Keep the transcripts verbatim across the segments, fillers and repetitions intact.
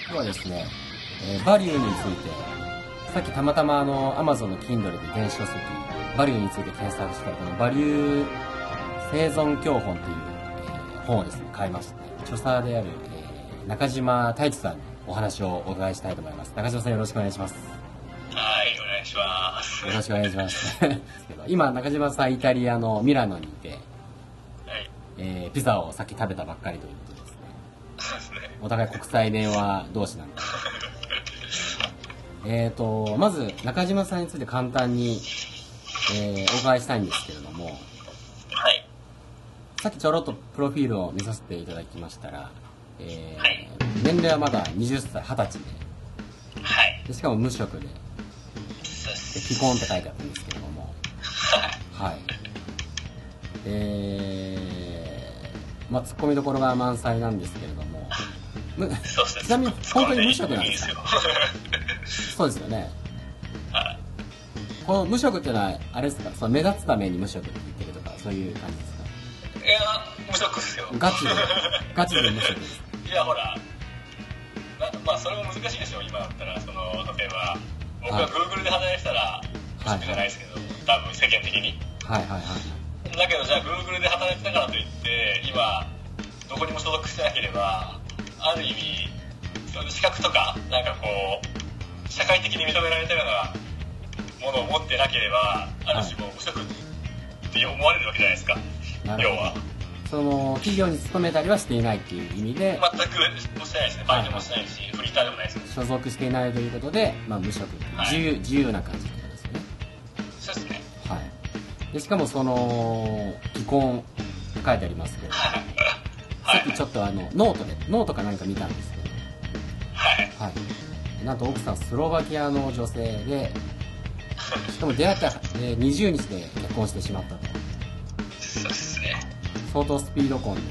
今日はですね、えー、バリューについて、さっきたまたまあの Amazon の Kindle で電子書籍、バリューについて検索したら、このバリュー生存教本という、えー、本をですね、買いまして、著者である、えー、中島太一さんにお話をお伺いしたいと思います。中島さんよろしくお願いします。 はい、お願いします。 よろしくお願いします。今、中島さんイタリアのミラノにいて、はい、えー、ピザをさっき食べたばっかりということですね。 そうですね。 お互い国際電話同士なんで。えーと、まず中島さんについて簡単に、えー、お伺いしたいんですけれども、 はい。 さっきちょろっとプロフィールを見させていただきましたら、えーはい、 年齢はまだはたち、はたちで、 はい、 でしかも無職で、で既婚って書いてあったんですけれども、はい。えー、まあ、ツッコミどころが満載なんですけれども、むちなみに本当に無職なんですか？そうですよね。 はい。 この無職っていうのはあれですか？その目立つために無職って言ってるとかそういう感じですか？ いや、無職ですよ。 ガチでガチで無職です。 いや、ほら、まあそれも難しいでしょ。今だったらその例えば僕は Google で働いてたら無職じゃないですけど、はい、多分世間的に。はいはいはい。だけどじゃあ Google で働いてたからといって今どこにも所属してなければ、ある意味資格とかなんかこう社会的に認められたようなものを持ってなければ、ある種もう無職って思われるわけじゃないですか。要はその企業に勤めたりはしていないっていう意味で、 全くもしてないですね。バイトもしてないし、はいはい、フリーターでもないです。 所属していないということで、まあ、無職、はい、自由自由な感じってことですよね。 そうですね。 はい。でしかもその既婚って書いてありますけど、はい、さっきちょっとあのノートでノートか何か見たんですけど、 はい。 はい。なんと奥さんスロバキアの女性で、しかも出会ったにじゅうにちで結婚してしまったと。 そうですね。 相当スピード婚で。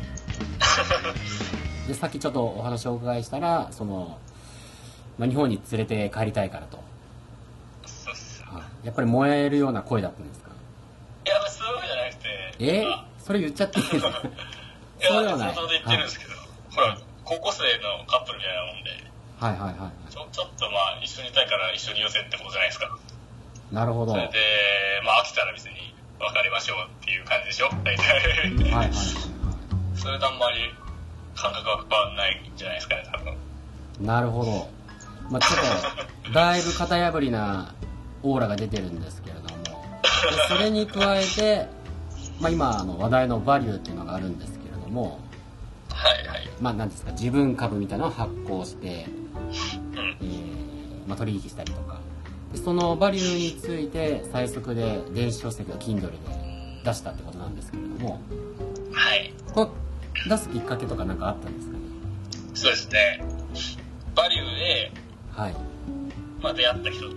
でさっきちょっとお話をお伺いしたら、その、まあ、日本に連れて帰りたいからと。 そうっす。 やっぱり燃えるような声だったんですか？ いや、そういうわけじゃなくて。 えー、それ言っちゃっていいですか？ いや、そうではない。想像で言ってるんですけど、はい、ほら、高校生のカップルみたいなもんで。 はいはいはい。 ちょ、ちょっとまあ、一緒にいたいから一緒に寄せってことじゃないですか。 なるほど。 それで、まあ、飽きたら別に別れましょうっていう感じでしょ、大体。はいはいはい。それとあんまり感覚は変わんないんじゃないですかね、多分。 なるほど。まあちょっと、だいぶ型破りなオーラが出てるんですけれども、でそれに加えて、まあ今、あの話題のバリューっていうのがあるんですけれども、 はいはい。 まあ何ですか、自分株みたいなのを発行して、 うん、 えー、まあ取引したりとか、でそのバリューについて最速で電子書籍を Kindle で出したってことなんですけれども、 はい。 この出すきっかけとか何かあったんですかね？ そうですね。バリューで、 はい。 まあ出会った人と、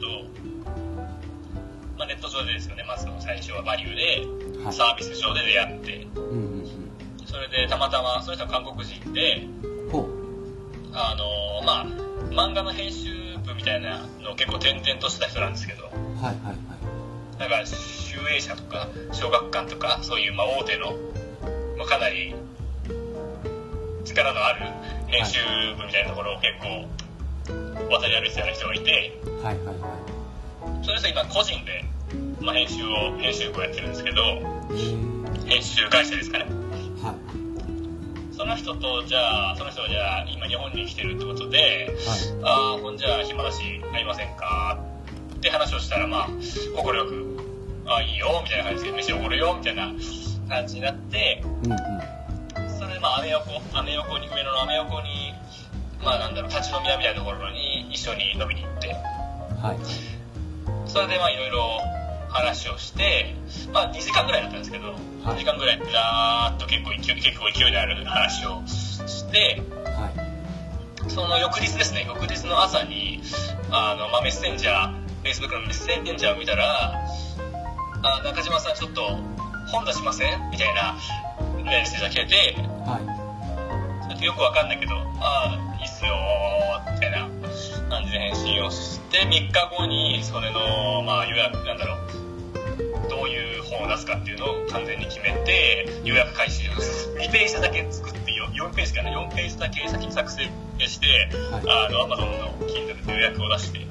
まあネット上でですよね、まず最初はバリューで、はい、サービス上で出会って、うんうんうん、それでたまたま、その人は韓国人で、ほう。あの、まあ、漫画の編集部みたいなのを結構転々とした人なんですけど、はいはいはい。だから、集英社とか、小学館とか、そういうまあ大手の、まあ、かなり力のある編集部みたいなところを結構渡り歩いてたような人がいて、はいはいはい。その人今個人で、まあ、編集を、編集部をやってるんですけど、編集会社ですかね。はい。その人と、じゃあ、その人はじゃあ、今日本に来てるってことで、はい、ああ、ほんじゃあ、暇だし、会いませんかって話をしたら、まあ、快く、ああ、いいよ、みたいな感じで、飯おごるよ、みたいな感じになって、うんうん、それでまあ、アメ横、アメ横に、上野のアメ横に、まあ、なんだろう、立ち飲み屋みたいなところに一緒に飲みに行って、はい。それでまあ、いろいろ話をして、まあ、にじかんぐらいだったんですけど、はい、にじかんぐらいだーっと結構勢い、結構勢いのある話をして、はい、その翌日ですね、翌日の朝に、あの、まあ、メッセンジャー、Facebook のメッセンジャーを見たら、あ、中島さんちょっと本出しませんみたいなメッセージが来てて、はい、ちょっとよくわかんないけど、ああ、いいっすよー、みたいな感じで返信をして、みっかごにそれの、まあ、予約、なんだろう、どういう本を出すかっていうのを完全に決めて、予約開始をにページだけ作ってよよんページかな、よんページだけ先に作成して、はい、あの Amazon の Kindle で予約を出して。へ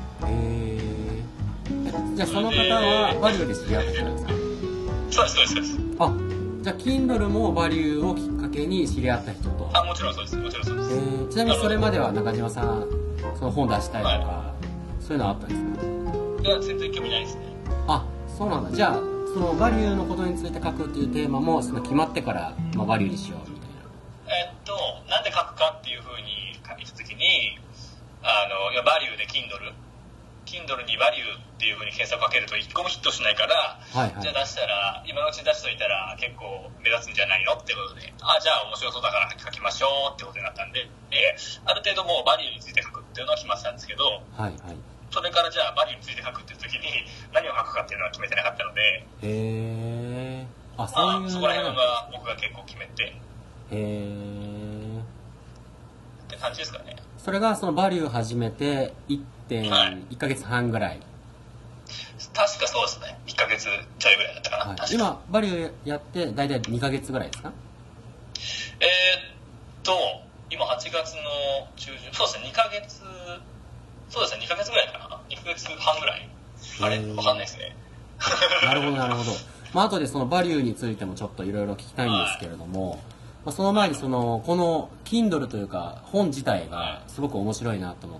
ー。じゃあその方はバリューで知り合った人なんですか？ そうですそうですそうです。 あ、じゃあ Kindle もバリューをきっかけに知り合った人と。 あ、もちろんそうです、もちろんそうです。えー、ちなみにそれまでは中島さんその本出したいとか、はい、そういうのはあったんですか？いや、全然興味ないですね。 あ、そうなんだ。じゃあそのバリューのことについて書くっていうテーマもその決まってから、まあ、バリューにしようみたいな。えっとなんで書くかっていうふうに書いた時に、あのいやバリューで Kindle Kindle にバリューっていう風に検索かけると一個もヒットしないから、はいはい、じゃあ出したら今のうちに出しといたら結構目立つんじゃないのってことで、あ、じゃあ面白そうだから書きましょうってことになったんで、である程度もうバリューについて書くっていうのは決まってたんですけど、はいはい、それからじゃあバリューについて書くっていう時に何を書くかっていうのは決めてなかったので、へー、あ、そういう、まあ、そこら辺が僕が結構決めて、へーって感じですかね。 それがそのバリュー始めて いってんいっかげつはんぐらい、 確かそうですね。いっかげつちょいぐらいだったかな、はい、 今バリューやって大体にかげつぐらいですか？ えー、っと今はちがつの中旬、そうですね、にかげつ、そうですね、にかげつぐらいかな、にかげつはんぐらい、あれわかんないですね。 なるほどなるほど。まあ後でそのバリューについてもちょっといろいろ聞きたいんですけれども、はい、まあ、その前にそのこの Kindle というか本自体がすごく面白いなと思って、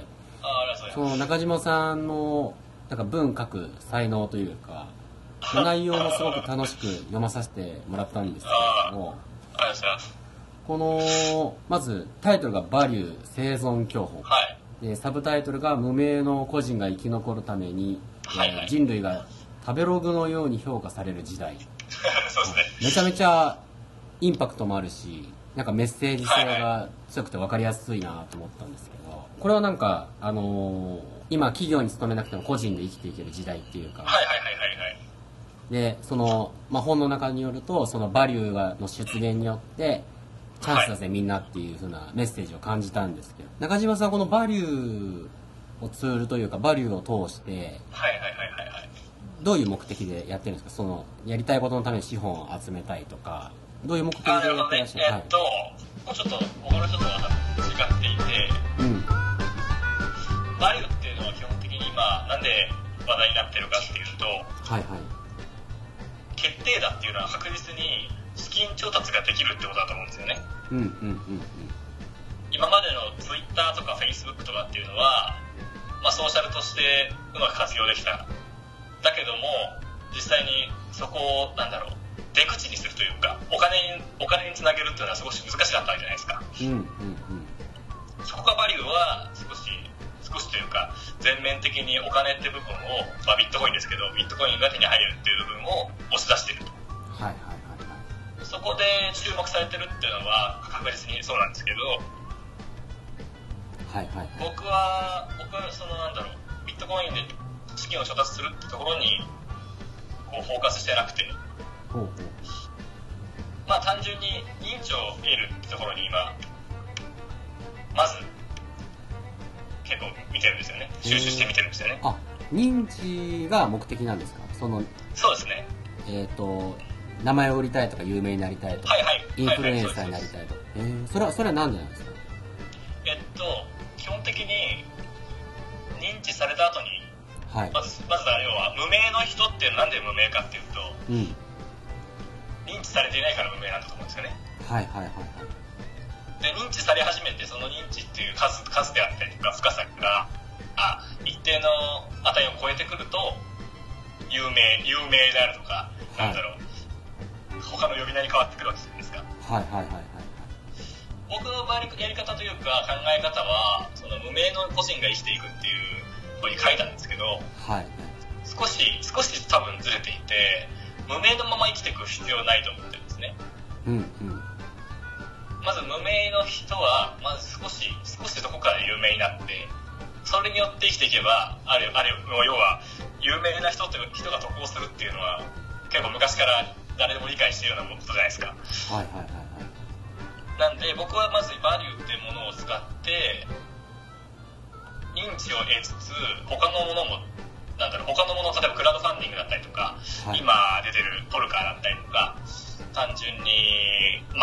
その中島さんのなんか文書く才能というか内容もすごく楽しく読まさせてもらったんですけれども、このまずタイトルがバリュー生存教本、はい、でサブタイトルが無名の個人が生き残るために、はいはい、人類が食べログのように評価される時代そうですね、 めちゃめちゃインパクトもあるし、なんかメッセージ性が強くて分かりやすいなと思ったんですけど、これはなんかあのー、今企業に勤めなくても個人で生きていける時代っていうか、 はいはいはいはいはい、 でその、まあ、本の中によるとそのバリューの出現によってチャンスだぜみんなっていう風なメッセージを感じたんですけど、中島さんはこのバリューをツールというかバリューを通して、はいはいはいはい、どういう目的でやってるんですか？そのやりたいことのために資本を集めたいとか、どういう目的でやってらっしゃる？ えー、っと、はい、もうちょっと他の人とは違っていて、うん、バリューっていうのは基本的に今なんで話題になってるかっていうと、はいはい、決定打っていうのは確実に資金調達ができるってことだと思うんですよね。うんうんうんうん、今までの Twitter とか Facebook とかっていうのは、まあ、ソーシャルとしてうまく活用できた。だけども実際にそこをなんだろう出口にするというかお金にお金につなげるっていうのは少し難しかったわけじゃないですか。うんうんうん、そこがバリューは少し少しというか全面的にお金って部分を、まあ、ビットコインですけどビットコインが手に入るっていう部分を押し出していると。はいはいはいはい。そこで注目されてるっていうのは確実にそうなんですけど、はいはいはい、僕は僕はそのなんだろうビットコインで資金を調達するってところにこうフォーカスしてなくて、ほうほう、まあ単純に認知を得るってところに今まず結構見てるんですよね。収集して見てるんですよね。あ、 認知が目的なんですか？そのそうですね。 えっ、ー、と名前を売りたいとか有名になりたいとか、はいはい、インフルエンサーになりたいとか、えー、それはそれは何でなんですか？ えっと基本的に認知された後に、はい、まずまずは要は無名の人ってなんで無名かっていうと、うん、認知されていないから無名なんだと思うんですよね。はいはいはいはい。で認知され始めてその認知っていう数数であったりとか深さがあ一定の値を超えてくると有名有名であるとか、はい、なんだろう他の呼び名に変わってくるわけじゃないですか。はいはいはいはい。僕の場合やり方というか考え方はその無名の個人が生きていくっていうふうに書いたんですけど、はい、少し少し多分ずれていて無名のまま生きていく必要ないと思ってるんですね。うんうん。まず無名の人はまず少し少しどこかで有名になってそれによって生きていけばあるある要は有名な人という人が得をするっていうのは結構昔から誰でも理解しているようなことじゃないですか。はいはいはいはい。なんで僕はまずバリューっていうものを使って認知を得つつ他のものもなんだろう他のもの例えばクラウドファンディングだったりとか、はい、今出てるポルカーだったりとか単純にまあ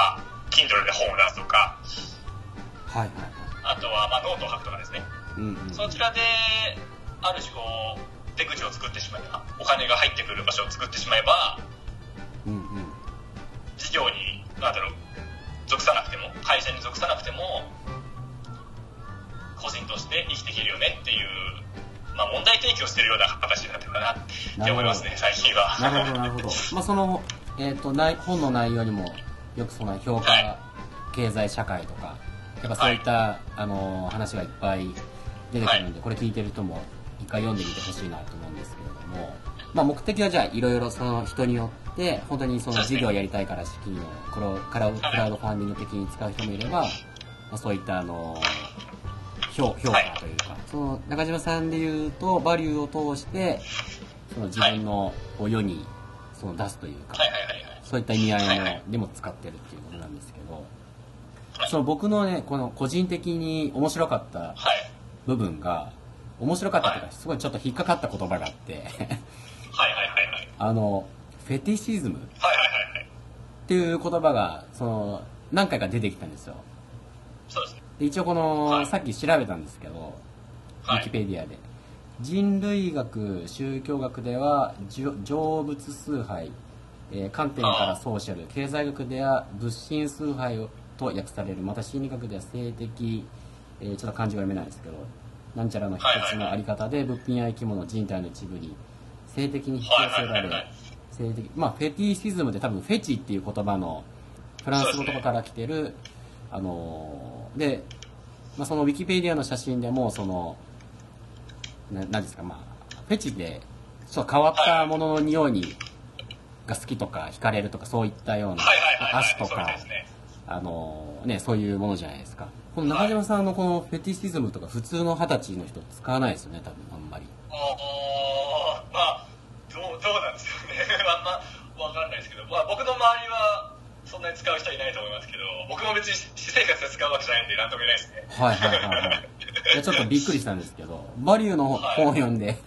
Kindle で本を出すとか、 はいはい、 あとはまあノートを書くとかですね、うんうん、そちらである種こう出口を作ってしまえば、お金が入ってくる場所を作ってしまえば、うんうん、事業になんだろう属さなくても、会社に属さなくても個人として生きていけるよねっていう、まあ、問題提起をしているような形になってるかなって思いますね、最近は。 なるほどなるほど。まあその、えーと、本の内容にもよくその評価、はい、経済社会とかやっぱそういった、はい、あの話がいっぱい出てくるんで、はい、これ聞いてる人も一回読んでみてほしいなと思うんですけれども、まあ、目的はじゃあいろいろその人によって本当にその事業をやりたいから資金をこれをクラウドファンディング的に使う人もいれば、まあ、そういったあの評, 評価というか、その中島さんでいうとバリューを通してその自分の世にその出すというか、そういった意味合いのでも使ってるっていうことなんですけど、その僕のねこの個人的に面白かった部分が面白かったというかすごいちょっと引っかかった言葉があってあのフェティシズムっていう言葉がその何回か出てきたんですよ。 そうですね。 で一応この、はい、さっき調べたんですけど、はい、ウィキペディアで人類学宗教学では成仏崇拝、えー、観点からソーシャル経済学では物心崇拝と訳される、また心理学では性的、えー、ちょっと漢字が読めないですけどなんちゃらの一つのあり方で物品や生き物人体の一部に性的に引き寄せられ、性的、まあフェティシズムで多分フェチっていう言葉のフランス語とかから来てる、あのー、で、まあ、そのウィキペディアの写真でもそのななんですか、まあフェチでちょっと変わったものの匂いにが好きとか惹かれるとかそういったような足とか、あのー、ねそういうものじゃないですか。この中島さんのこのフェティシズムとか普通の二十歳の人使わないですよね、多分あんまり。 ああ、まあどうどうなんですよね。あんま分かんないですけど、まあ、僕の周りはそんなに使う人いないと思いますけど、僕も別に私生活で使うわけじゃないんで何とも言えないですね。 はいはいはいはい。いやちょっとびっくりしたんですけど、バリューの本を読んで、はい、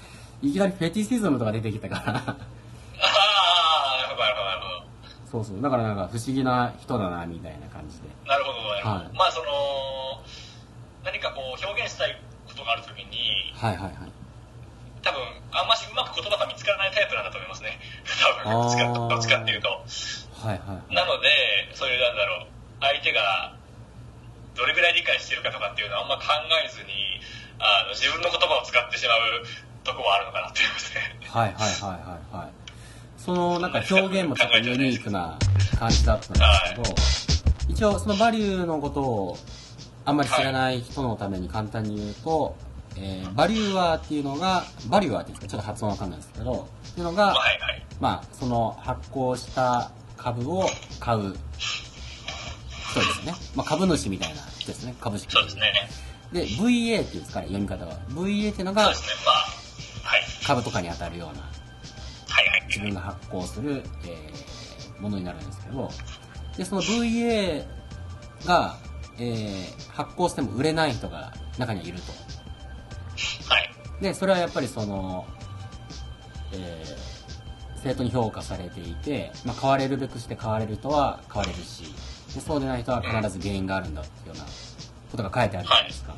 いきなりフェティシズムとか出てきたから。ああ、なるほどなるほど。そうそう、だからなんか不思議な人だなみたいな感じで。 なるほどなるほど。はい、まあその何かこう表現したいことがあるときに、 はいはいはい。 多分あんましうまく言葉が見つからないタイプなんだと思いますね。多分どっちかどっちかっていうと。 はいはい。 なのでそういうなんだろう相手がどれぐらい理解してるかとかっていうのはあんま考えずにあの自分の言葉を使ってしまうとこはあるのかなって思いますね。 はいはいはいはいはい。そのなんか表現もちょっとユニークな感じだったんですけど、はい、一応そのバリューのことをあんまり知らない人のために簡単に言うと、はい、えー、バリューアーっていうのがバリューアーっていうんですか、ちょっと発音わかんないですけどっていうのが、はいはい、まあその発行した株を買う人ですね。まあ株主みたいな人ですね、株式。 そうですね。 で ブイエー っていうんですかね、読み方は ブイエー っていうのが、 そうですね、まあはい、 株とかに当たるような、 はいはい、 自分が発行する、えー、ものになるんですけど、でその ブイエー がえー、発行しても売れない人が中にはいると。 はい。 で、それはやっぱりその、えー、正当に評価されていて、まあ、買われるべくして買われる人は買われるし、でそうでない人は必ず原因があるんだっていうようなことが書いてあるじゃないですか。はい、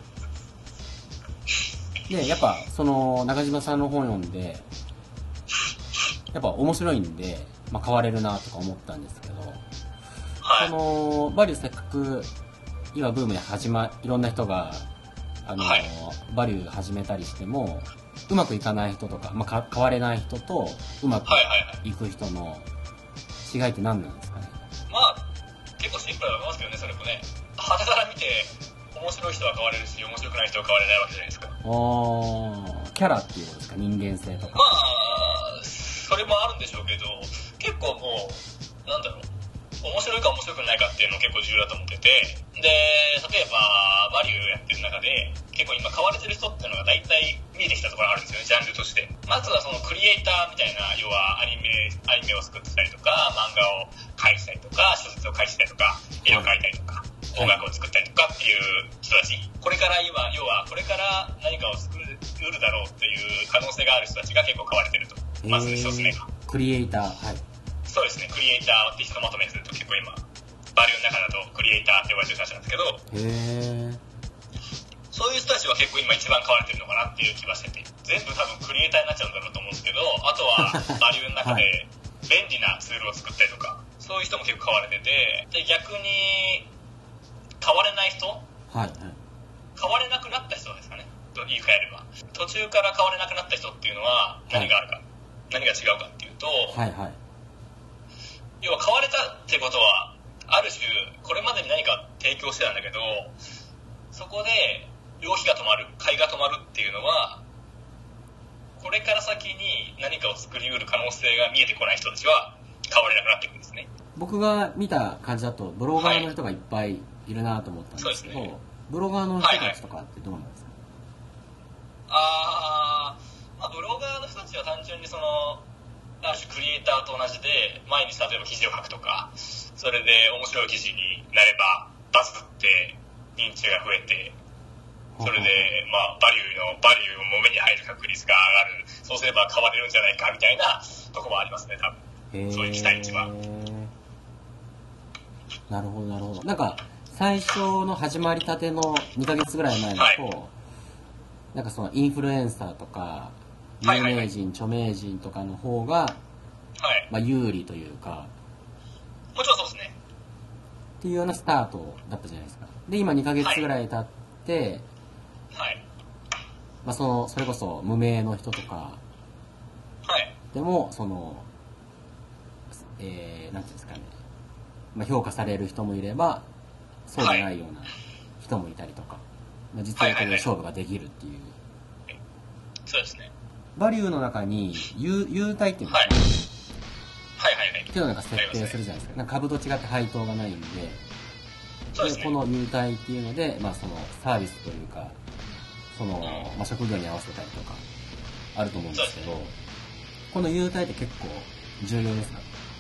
で、やっぱその中島さんの本読んで、やっぱ面白いんで、まあ、買われるなとか思ったんですけど、はい、そのバリューせっかく今ブームで始まいろんな人があの、はい、バリュー始めたりしてもうまくいかない人とか、まあ、か買われない人とうまくいく人の違いって何なんですかね。 まあ結構シンプルだと思いますけどね、それもね。はたから見て面白い人は買われるし面白くない人は買われないわけじゃないですか。 あキャラっていうことですか、人間性とか。 まあそれもあるんでしょうけど、結構もうなんだろう、面白いか面白くないかっていうの結構重要だと思ってて、で例えばバリューやってる中で結構今買われてる人っていうのが大体見えてきたところがあるんですよね、ジャンルとして。まずはそのクリエイターみたいな、要はアニメアニメを作ってたりとか漫画を描いてたりとか小説を書いてたりとか絵を描いたりとか音楽を作ったりとかっていう人たち、これから今要はこれから何かを作るだろうっていう可能性がある人たちが結構買われてると。まず一つ目がクリエイター。はい、 そうですね、クリエイターって人をまとめてると結構今バリューの中だとクリエイターって呼ばれてる人たちなんですけど、 へー、 そういう人たちは結構今一番買われてるのかなっていう気はしてて、全部多分クリエイターになっちゃうんだろうと思うんですけど、あとはバリューの中で便利なツールを作ったりとか、そういう人も結構買われてて、で逆に買われない人、 はいはい、 買われなくなった人ですかねと言い換えれば、途中から買われなくなった人っていうのは何があるか、はい、何が違うかっていうと、 はいはい、 要は買われたってことはある種これまでに何か提供してたんだけど、そこで浪費が止まる、買いが止まるっていうのは、これから先に何かを作りうる可能性が見えてこない人たちは買われなくなっていくんですね。 僕が見た感じだとブロガーの人がいっぱいいるなと思ったんですけど、はいね、ブロガーの人たちとかってどうなんですか？ はいはい、あー、まあ、ブロガーの人たちは単純にそのある種クリエイターと同じで毎日例えば記事を書くとか、それで面白い記事になればバズって認知が増えて、それでまあバリューのバリューも目に入る確率が上がる、そうすれば買われるんじゃないかみたいなところもありますね、多分。そういう期待値は。 なるほどなるほど。なんか最初の始まりたてのにかげつぐらい前だと、はい、なんかそのインフルエンサーとか有名人、はいはいはい、著名人とかの方が、はい、まあ、有利というか、 もちろんそうですねっていうようなスタートだったじゃないですか。で今にかげつぐらい経って、 はい、 まあ、そのそれこそ無名の人とか、 はい、 でもその、えー、なんていうんですかね、まあ、評価される人もいればそうじゃないような人もいたりとか、まあ、実力で勝負ができるっていう、 はいはいはい、そうですね。 バリューの中に優待っていうんですか、 はい、はいはいはいっていうのをなんか設定するじゃないですか。なんか株と違って配当がないんで、 そうですね、 でこの優待っていうので、まあ、そのサービスというかその、まあ、職業に合わせたりとかあると思うんですけど、この優待って結構重要ですか？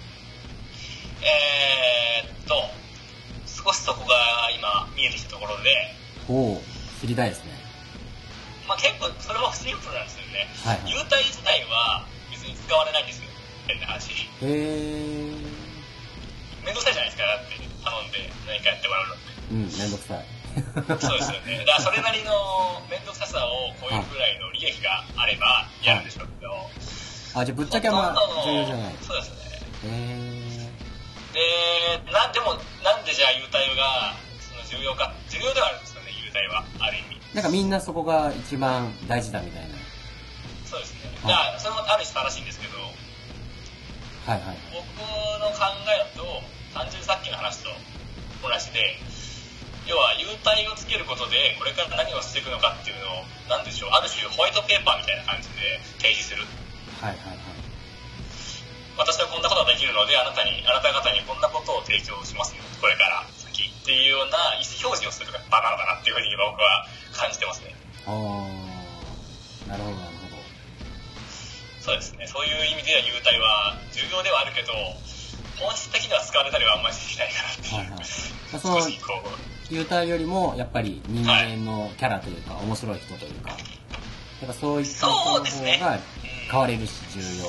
えーっと少しそこが今見えてきたところで、 おお、知りたいですね。 まあ、結構それもシンプルなんですよね、 はいはい、 優待自体は別に使われないんですよ、変な話。 へえ。 めんどくさいじゃないですか、だって頼んで何かやってもらうのって。 うん、めんどくさい。 そうですよね。だからそれなりのめんどくささを超えるぐらいの利益があればやるんでしょうけど、 あ、じゃあぶっちゃけまあ重要じゃない。 そうですね。 へえ。で、なんでもなんでじゃあ優待がその重要か、重要ではあるんですよね、優待はある意味。 なんかみんなそこが一番大事だみたいな。 そうですね。だからそれもある種正しいんですけど、 はいはい。 僕の考えだと単純にさっきの話と同じで、要は優待をつけることでこれから何をしていくのかっていうのを、なんでしょう、ある種ホワイトペーパーみたいな感じで提示する。 はいはいはい。 私はこんなことができるので、あなたにあなた方にこんなことを提供しますよ、これから先っていうような意思表示をする場なのかなっていうふうに僕は感じてますね。 ああ、なるほどなるほど。 そうですね。そういう意味では優待は重要ではあるけど、本質的には使われたりはあんまりできないかなっていう。はいはい、その優待よりもやっぱり人間のキャラというか、はい、面白い人というか、やっぱそういった人の方が変われるし重要。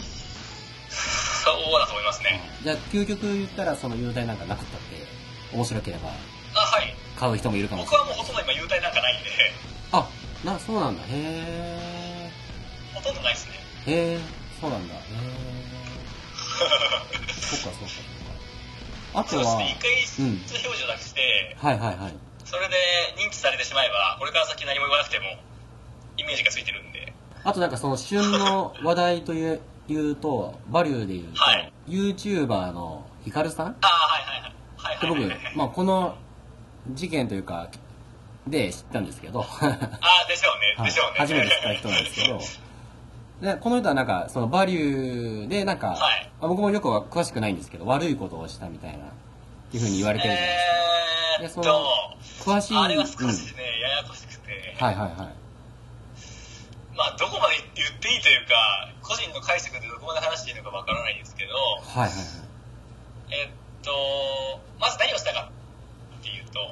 そうだと思いますね。 じゃあ究極言ったらその優待なんかなくったって面白ければ買う人もいるかもしれない。 僕はもうほとんど今優待なんかないんで。 あ、な、そうなんだ。へえ。 ほとんどないですね。 へえ、そうなんだ。へえ。そっかそっかそっか。あとは、 そうですね、一回表示をなくして、 うん、はいはいはい。 それで認知されてしまえば、これから先何も言わなくてもイメージがついてるんで。 あとなんかその旬の話題という言うと、バリューで言うと、はい、YouTuber のヒカルさん、 あ、はいはいはい。はいはいはいはい、 僕、まあこの事件というかで知ったんですけど、 ああ、でしょうね、でしょうね。 初めて知った人なんですけど。でこの人はなんかそのバリューでなんか、はい、僕もよくは詳しくないんですけど悪いことをしたみたいなっていうふうに言われてるじゃないですか。えー、っとでその詳しいあれは少しね、うん、ややこしくて、 はいはいはい。 まあどこまで言っていいというか個人の解釈でどこまで話していいのかわからないんですけど、 はいはいはい。 えー、っとまず何をしたかっていうと、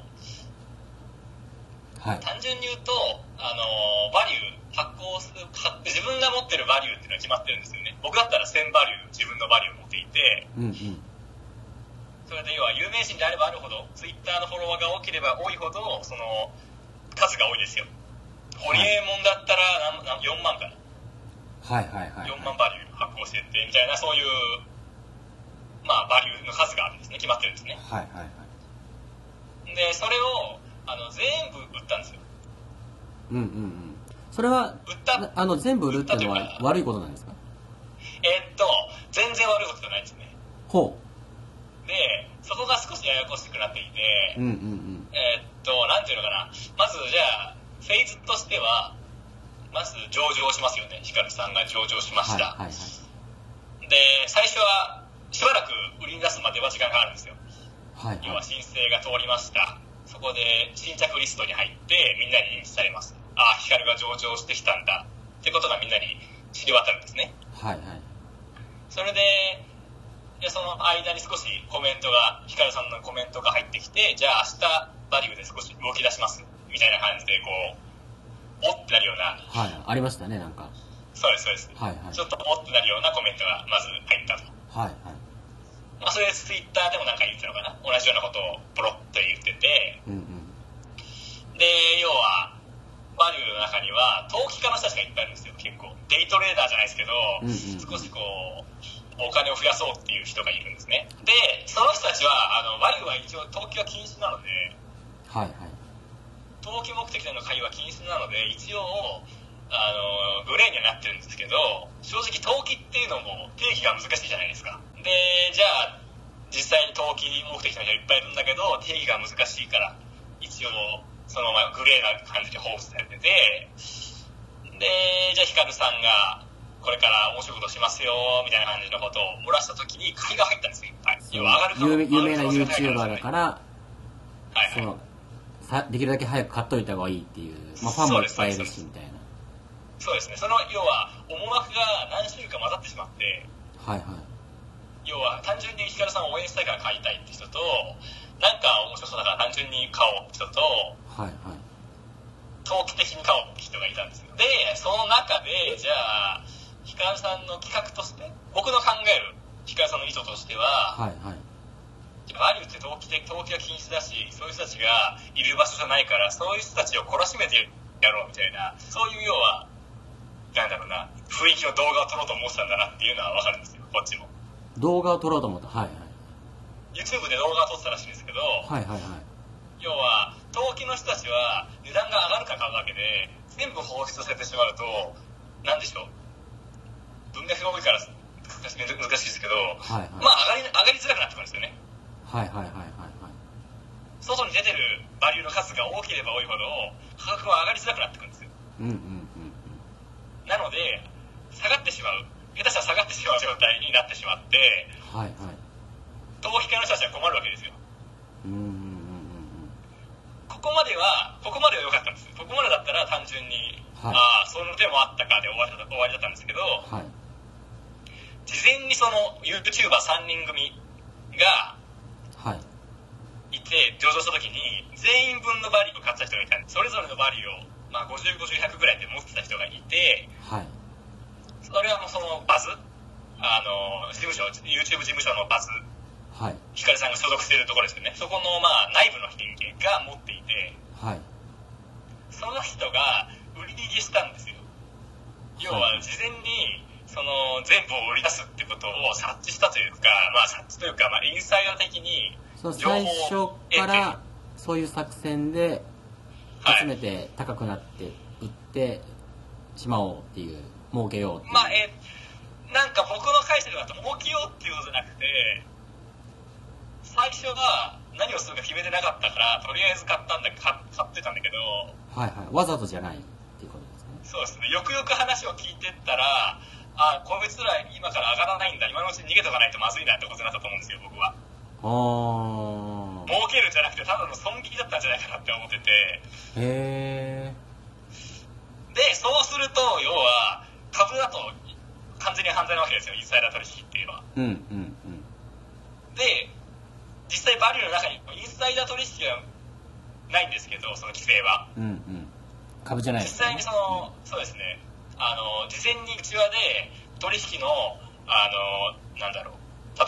はい、単純に言うとあのバリュー発行する、自分が持ってるバリューっていうのは決まってるんですよね。僕だったらせんバリュー自分のバリューを持っていて、うんうん、 それで要は有名人であればあるほど、ツイッターのフォロワーが多ければ多いほど、その数が多いですよ。ホリエモンだったらよんまんかな。 はいはいはい、はい。 よんまんバリュー発行してってみたいな、そういう、まあ、バリューの数があるんですね。決まってるんですね。 はいはいはい。 で、それを、あの、全部売ったんですよ。 うんうんうん。それは、売ったあの、全部売るっていうのは悪いことなんですか？ えー、っと、全然悪いことじゃないですね。 ほう。で、そこが少しややこしくなっていて、 うんうんうん。 えー、っと、なんていうのかな。まず、じゃあ、フェーズとしては、まず上場しますよね。ヒカルさんが上場しました。 はいはいはい、 で、最初は、しばらく売りに出すまでは時間かかるんですよ。 はいはい、 要は申請が通りました。そこで新着リストに入ってみんなに認知されます。ああ、ヒカルが上場してきたんだってことがみんなに知り渡るんですね。 はいはい。 それで、でその間に少しコメントが、ヒカルさんのコメントが入ってきて、じゃあ明日バリューで少し動き出しますみたいな感じでこう、おってなるような。 はい、ありましたね、なんか。 そうですそうです。 はいはい。 ちょっとおってなるようなコメントがまず入ったと。 はいはい。 まあ、それでツイッターでもなんか言ってたのかな、同じようなことをポロッと言ってて、 うんうん、 で、要は、バリューの中には、投機家の人たちがいっぱいいるんですよ、結構。デイトレーダーじゃないですけど、うんうんうん、少しこう、お金を増やそうっていう人がいるんですね。で、その人たちは、あの、バリューは一応投機は禁止なので、 はいはい。 投機目的での買いは禁止なので、一応、あの、グレーにはなってるんですけど、正直投機っていうのも定義が難しいじゃないですか。で、じゃあ、実際に投機目的の人いっぱいいるんだけど、定義が難しいから、一応、そのままグレーな感じで放出されてて、で、じゃあヒカルさんが、これから面白いことしますよ、みたいな感じのことを漏らしたときに、買いが入ったんですよ、いっぱい。要は上がる可能性有名な YouTuber だから、 はいはい、 そのさできるだけ早く買っといた方がいいっていう、まあ、ファンもいっぱいいるしみたいな。 そうですね、その要は思惑が何種類か混ざってしまって、 はいはい、 要は単純にヒカルさんを応援したいから買いたいって人と、なんか面白そうだから単純に買おうって人と、 はいはい、 投機的に買おうって人がいたんですよ。で、その中で、じゃあ、ヒカルさんの企画として、僕の考えるヒカルさんの意図としては、 はいはい、 バリューって投機的、投機が禁止だし、そういう人たちがいる場所じゃないから、そういう人たちを懲らしめてやろうみたいな、そういう要は、なんだろうな、雰囲気の動画を撮ろうと思ってたんだなっていうのは分かるんですよ、こっちも。 動画を撮ろうと思った。はいはい。 YouTube で動画を撮ってたらしいんですけど、 はいはいはい。 要は、投機の人たちは値段が上がるから買うわけで、全部放出されてしまうと、なんでしょう、文脈が多いから難しいですけど、 はいはい、 まあ上がり、上がりづらくなってくるんですよね。 はいはいはいはいはい。 外に出てるバリューの数が多ければ多いほど、価格は上がりづらくなってくるんですよ。 うんうんうんうん。 なので、下がってしまう、下手したら下がってしまう状態になってしまって、 はいはい。 投機家の人たちは困るわけですよ。 うんうんうんうん。 ここまでは、ここまでは良かったんです。ここまでだったら単純に、はい、ああ、その手もあったかで終わりだ、終わりだったんですけど、 はい、 事前にその YouTuberさんにん組が、 はい。 いて、上場した時に、全員分のバリューを買った人がいたんです。それぞれのバリューを、まあ、ごじゅう、ごじゅう、ひゃくぐらいで持ってた人がいて、 はい。 それはもうそのバズ、あの、事務所、YouTube 事務所のバズ、 はい。 ヒカルさんが所属しているところですよね。そこの、まあ、内部の人間が持っていて、 はい。 その人が売り逃げしたんですよ。要は、事前に、その、全部を売り出すってことを察知したというか、まあ、察知というか、まあ、インサイダー的に、 その最初からそういう作戦で集めて高くなって売ってしまおうっていう、儲けようっていう。 まあ、えなんか僕の解釈だと儲けようっていうことじゃなくて、最初は何をするか決めてなかったからとりあえず買ったんだ買買ってたんだけど、 はいはい、わざとじゃないっていうことですね。 そうですね。よくよく話を聞いてったら、あ、こいつら今から上がらないんだ、今のうちに逃げとかないとまずいなってことになったと思うんですよ、僕は。 あー、 儲けるんじゃなくてただの損切りだったんじゃないかなって思ってて。 へー。で、そうすると要は株だと完全に犯罪なわけですよ、インサイダー取引っていうのは。 うんうんうん。 で、実際バリューの中にインサイダー取引はないんですけど、その規制は。 うんうん。株じゃないですね。実際にその、そうですね。あの、事前に内輪で取引の、あの、なんだろう。例えば、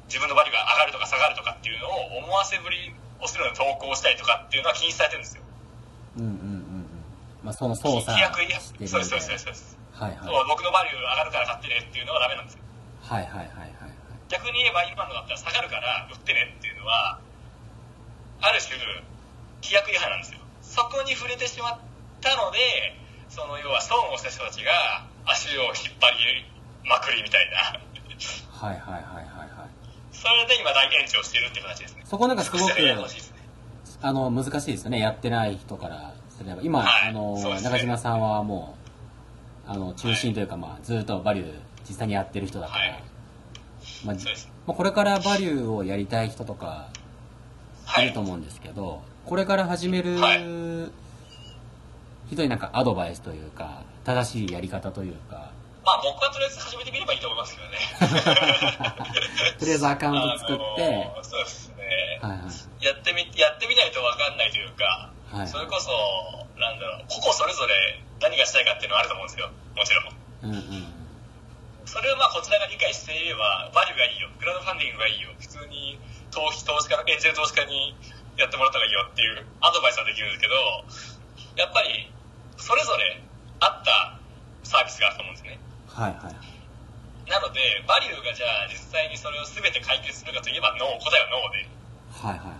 自分のバリューが上がるとか下がるとかっていうのを思わせぶりをするのに投稿したりとかっていうのは禁止されてるんですよ。 うんうんうんうん。まあその操作してる。 そうですそうですそうです。 はいはい。 そう僕のバリュー上がるから買ってねっていうのはダメなんですよ。 はいはいはいはい。 逆に言えば今のだったら下がるから売ってねっていうのはある種規約違反なんですよ。そこに触れてしまったので、その要は損をした人たちが足を引っ張りまくりみたいな。 はいはいはいはいはい。 それで今大炎上してるって形ですね。 そこなんかすごくあの難しいですよね。やってない人からすれば今、はい、あの、ね、中島さんはもうあの中心というか、はい、まあずっとバリュー実際にやってる人だから。はい、まあ、まあ、これからバリューをやりたい人とかいると思うんですけど、はい、これから始める人になんかアドバイスというか正しいやり方というか。 まあ僕はとりあえず始めてみればいいと思いますけどね。 とりあえずアカウント作って、 あのー、そうですね、はいはい、やってみやってみないと分かんないというか、はいはい、それこそなんだろう、個々それぞれ何がしたいかっていうのはあると思うんですよ、もちろん。うんうん、それをまあこちらが理解していればバリューがいいよ、クラウドファンディングがいいよ、普通に投資投資家のエンジェル投資家にやってもらった方がいいよっていうアドバイスはできるんですけど、やっぱりそれぞれ合ったサービスがあると思うんですね。はいはい。なのでバリューがじゃあ実際にそれを全て解決するかといえばノー、答えはノーで。はいはいはい。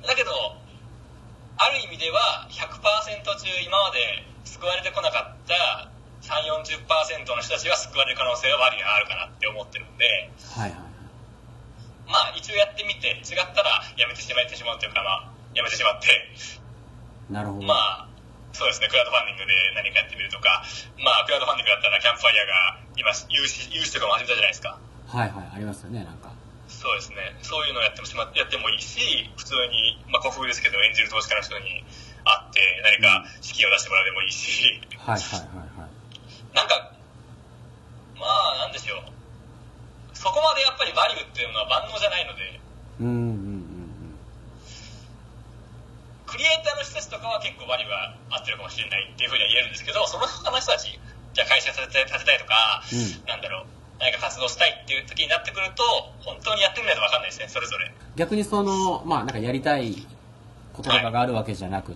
だけどある意味では ひゃくパーセント 中今まで救われてこなかったさんじゅう、よんじゅっパーセント の人たちが救われる可能性はバリューがあるかなって思ってるんで、はいはい、まあ一応やってみて違ったらやめてしまってしまうというか、まあやめてしまって、なるほど、まあそうですね、クラウドファンディングで何かやってみるとか、まあクラウドファンディングだったらキャンプファイヤーが今融資融資とかも始めたじゃないですか。はいはい、ありますよね、なんか。そうですね、そういうのをやってもしまやってもいいし、普通にまあ古風ですけどエンジェル投資家の人に会って何か資金を出してもらうでもいいし、うん、はいはいはいはい。なんかまあなんでしょう、そこまでやっぱりバリューっていうのは万能じゃないので、うんうんうんうん、クリエイターの人たちとかは結構バリューが合ってるかもしれないっていうふうには言えるんですけど、その他の人たち、じゃあ会社立てたいとか、うん、なんだろう、何か活動したいっていう時になってくると本当にやってみないと分かんないですね、それぞれ。逆にそのまあなんかやりたいこととかがあるわけじゃなくって、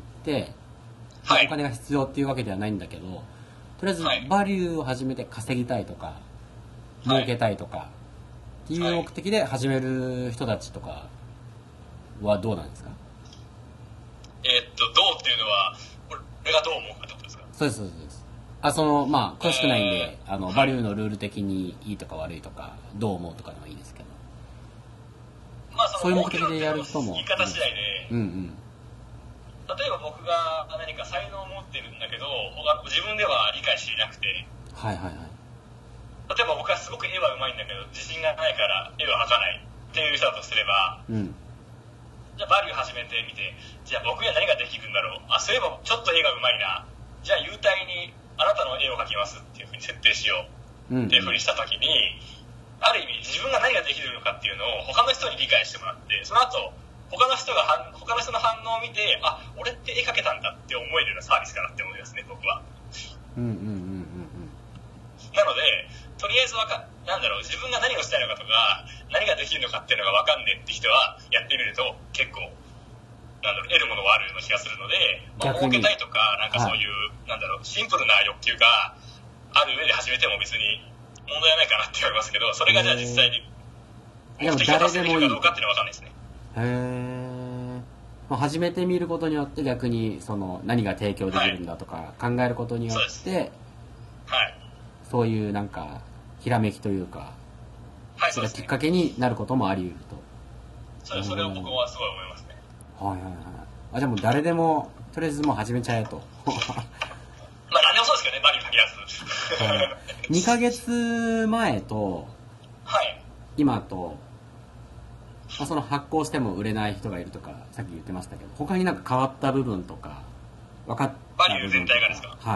はい、お金が必要っていうわけではないんだけど、とりあえずバリューを始めて稼ぎたいとか、はい、儲けたいとかっていう目的で始める人たちとかはどうなんですか？えー、っとどうっていうのは俺がどう思うかってことですか？そうですそうです。あ、そのまあ詳しくないんで、えー、あのバリューのルール的にいいとか悪いとかどう思うとかでもいいですけど、まあ、そのそういう目的でやる人も言い方次第で、うんうん、例えば僕が何か才能を持ってるんだけど自分では理解していなくて、はいはいはい、例えば僕はすごく絵は上手いんだけど自信がないから絵を描かないっていう人だとすれば、うん、じゃあバリュー始めてみて、じゃあ僕には何ができるんだろう、あ、そういえばちょっと絵が上手いな、じゃあ優待にあなたの絵を描きますっていうふうに設定しようっていうふうにした時に、ある意味自分が何ができるのかっていうのを他の人に理解してもらって、その後他の人が他の人の反応を見て、あ、俺って絵描けたんだって思えるようなサービスかなって思いますね、僕は。うんうんうんうんうん。なのでとりあえずわかなんだろう、自分が何をしたいのかとか何ができるのかっていうのが分かんねえって人はやってみると結構なんだろう、得るものはあるような気がするので、まあ、儲けたいとかなんかそういう、はい、なんだろう、シンプルな欲求がある上で始めても別に問題はないかなって思いますけど、それがじゃあ実際に目的を達成できるかどうかっていうのは分かんないですね。へー、始めてみることによって逆にその何が提供できるんだとか考えることによって、はい、はい、そういうなんかひらめきというか、はい、それがきっかけになることもあり得ると。それ、それを僕はすごい思いますね。はいはいはい。あ、じゃあもう誰でもとりあえずもう始めちゃえと。まあ何でもそうですけどね、バリュー限らず。はい、にかげつまえと、はい、今と、まあ、その発行しても売れない人がいるとかさっき言ってましたけど、他になんか変わった部分とか分かった部分とか、バリュー全体がですか？はい。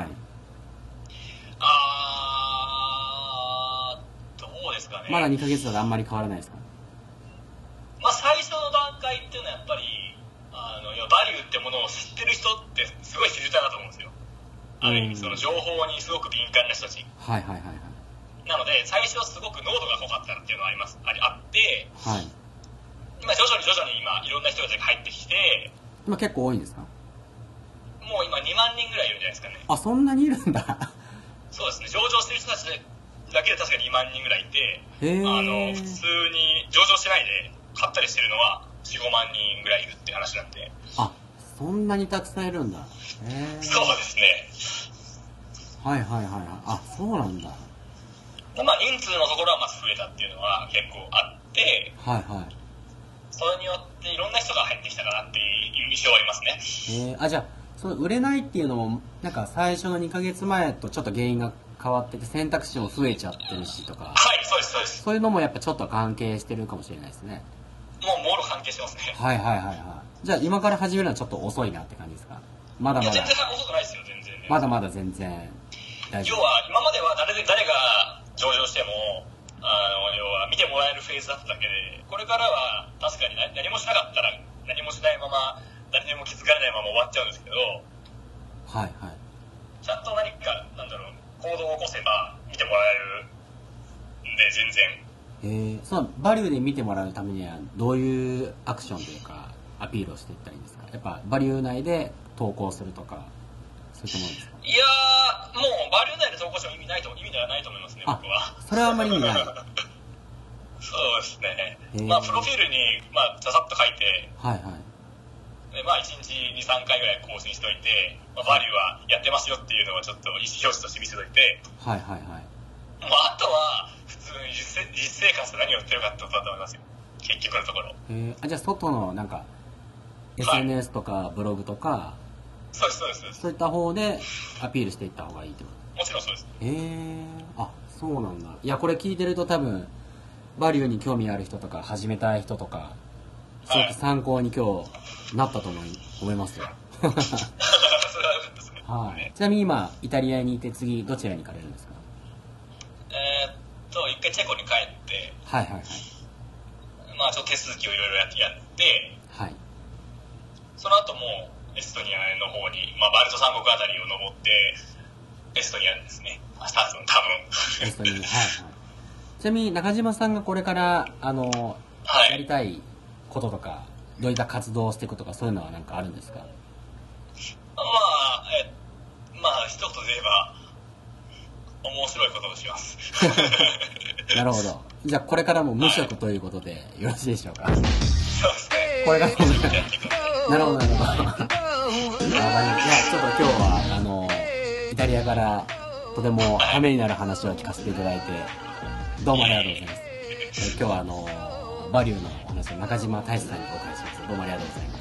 あー、どうですかね。まだにかげつだとあんまり変わらないですか？まあ最初の段階っていうのはやっぱりあのバリューってものを知ってる人ってすごいフィルターだと思うんですよ。ある意味その情報にすごく敏感な人たち。はいはいはいはい。 なので最初すごく濃度が濃かったっていうのがありますああって、 はい、 今徐々に徐々に今いろんな人たちが入ってきて、 今結構多いんですか？ もう今にまんにんぐらいいるんじゃないですかね。 あ、そんなにいるんだ。 そうですね、上場してる人たちだけで確かにまんにんぐらいいて、あの普通に上場してないで買ったりしてるのはよん、ごまんにんぐらいいるって話なんで。 あ、そんなにたくさんいるんだ。 へー、そうですね。 はいはいはいはい。あ、そうなんだ。 まあ人数のところはまず増えたっていうのは結構あって、 はいはい。 それによっていろんな人が入ってきたかなっていう印象はありますね。 えー、あ、じゃあその売れないっていうのもなんか最初のにかげつまえとちょっと原因が変わってて選択肢も増えちゃってるしとか。 はい、そうですそうです。 そういうのもやっぱちょっと関係してるかもしれないですね。 もうもろ関係してますね。 はいはいはいはい。じゃあ今から始めるのはちょっと遅いなって感じですか？まだまだ。 いや全然遅くないですよ全然、ね。まだまだ全然大丈夫。要は今までは誰で誰が上場してもあの要は見てもらえるフェーズだっただけで、これからは確かに何もしなかったら何もしないまま誰にも気づかれないまま終わっちゃうんですけど、 はいはい。 ちゃんと何かなんだろう行動を起こせば見てもらえるんで全然。 えー、そのバリューで見てもらうためにはどういうアクションというかアピールをしていったらいいんですか？やっぱバリュー内で投稿するとかそういったものですか？ いやー、もうバリュー内で投稿しても意味ないと意味ではないと思いますね、僕は。 それはあんまり意味ない。 そうですね。まあプロフィールにまあささっと書いて、 はいはい。 でまあいちにちに、さんかいぐらい更新しといて、まあ、バリューはやってますよっていうのをちょっと意思表示として見せといて、 はいはいはい。 まああとは普通に実生実生活で何をやってるかってことだと思いますよ。結局のところ。 えー、あじゃあ外のなんか エスエヌエス とかブログとか、はい、 そうですそうですそうです。 そういった方でアピールしていった方がいいってこと？もちろんそうです。 えー、あ、そうなんだ。いやこれ聞いてると多分バリューに興味ある人とか始めたい人とかすごく参考に今日なったと思い、思いますよ。はい。ちなみに今イタリアにいて次どちらに行かれるんですか？ えー、っと一回チェコに帰って、 はいはいはい。 まあちょっと手続きをいろいろやってやって、はい。その後もエストニアの方に、まあバルト三国あたりを登ってエストニアですね。明日多分。エストニア。はいはい。 ちなみに中島さんがこれからあの、はい、やりたいこととかどういった活動をしていくとかそういうのは何かあるんですか？ まあえまあ一言で言えば面白いことをします。 なるほど。じゃあこれからも無職ということでよろしいでしょうか？ そうですね。 これからもなるほどなるほど。いやちょっと今日はあのイタリアからとてもためになる話を聞かせていただいてどうもありがとうございます。今日はあのバリューのお話を中島大志さんにお伺いします。どうもありがとうございます。